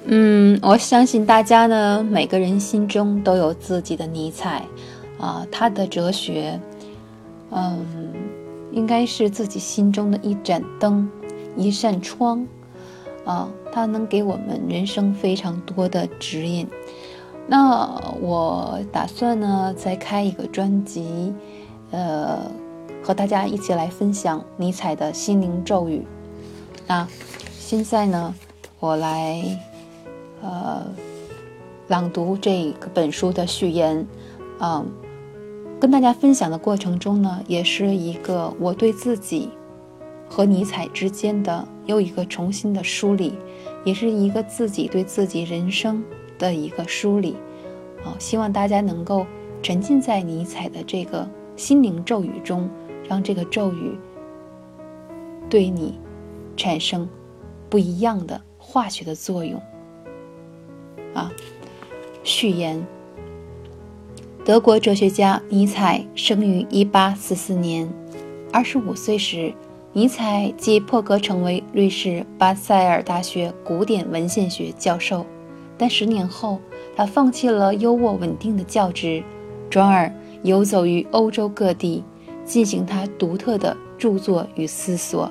我相信大家呢，每个人心中都有自己的尼采他的哲学，应该是自己心中的一盏灯，一扇窗，它能给我们人生非常多的指引。那我打算呢，再开一个专辑，和大家一起来分享尼采的心灵咒语。那现在呢，我来朗读这个本书的序言，跟大家分享的过程中呢，也是一个我对自己和尼采之间的又一个重新的梳理，也是一个自己对自己人生的一个梳理。希望大家能够沉浸在尼采的这个心灵咒语中，让这个咒语对你产生不一样的化学的作用。序言：德国哲学家尼采生于1844年，25岁时，尼采即破格成为瑞士巴塞尔大学古典文献学教授，但10年后，他放弃了优渥稳定的教职，转而游走于欧洲各地，进行他独特的著作与思索。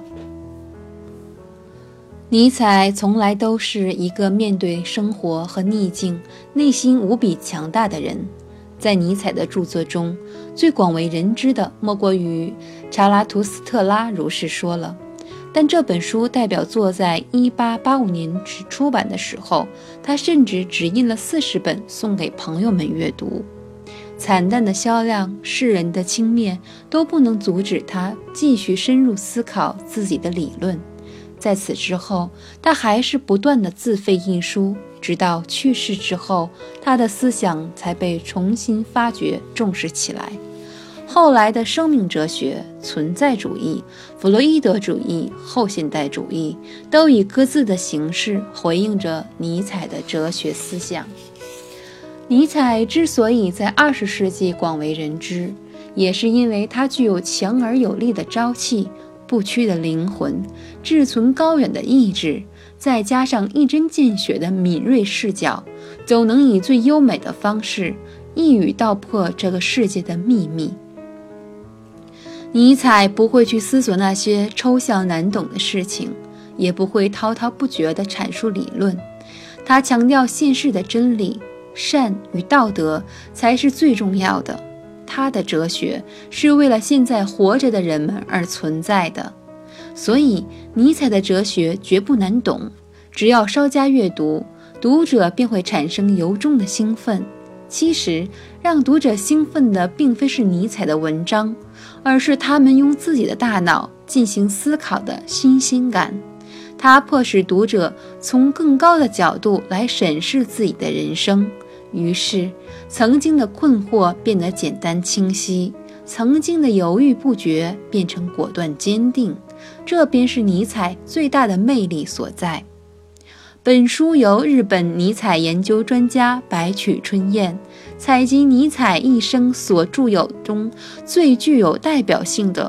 尼采从来都是一个面对生活和逆境内心无比强大的人。在尼采的著作中，最广为人知的莫过于查拉图斯特拉如是说了，但这本书代表作在1885年出版的时候，他甚至只印了40本送给朋友们阅读。惨淡的销量、世人的轻蔑都不能阻止他继续深入思考自己的理论。在此之后，他还是不断地自费印书，直到去世之后，他的思想才被重新发掘重视起来。后来的生命哲学、存在主义、弗洛伊德主义、后现代主义都以各自的形式回应着尼采的哲学思想。尼采之所以在20世纪广为人知，也是因为他具有强而有力的朝气、不屈的灵魂、志存高远的意志，再加上一针见血的敏锐视角，总能以最优美的方式一语道破这个世界的秘密。尼采不会去思索那些抽象难懂的事情，也不会滔滔不绝地阐述理论，他强调现世的真理，善与道德才是最重要的。他的哲学是为了现在活着的人们而存在的，所以尼采的哲学绝不难懂，只要稍加阅读，读者便会产生由衷的兴奋。其实让读者兴奋的并非是尼采的文章，而是他们用自己的大脑进行思考的新鲜感。它迫使读者从更高的角度来审视自己的人生，于是曾经的困惑变得简单清晰，曾经的犹豫不决变成果断坚定，这便是尼采最大的魅力所在。本书由日本尼采研究专家白曲春彦采集尼采一生所著有中最具有代表性的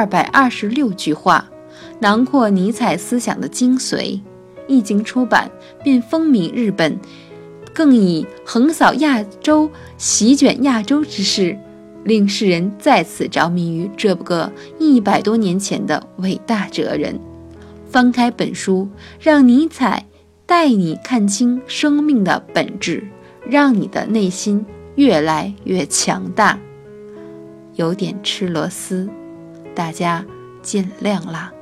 226句话，囊括尼采思想的精髓。一经出版便风靡日本，更以横扫亚洲、席卷亚洲之势，令世人再次着迷于这个100多年前的伟大哲人。翻开本书，让尼采带你看清生命的本质，让你的内心越来越强大。有点吃螺丝，大家见谅啦。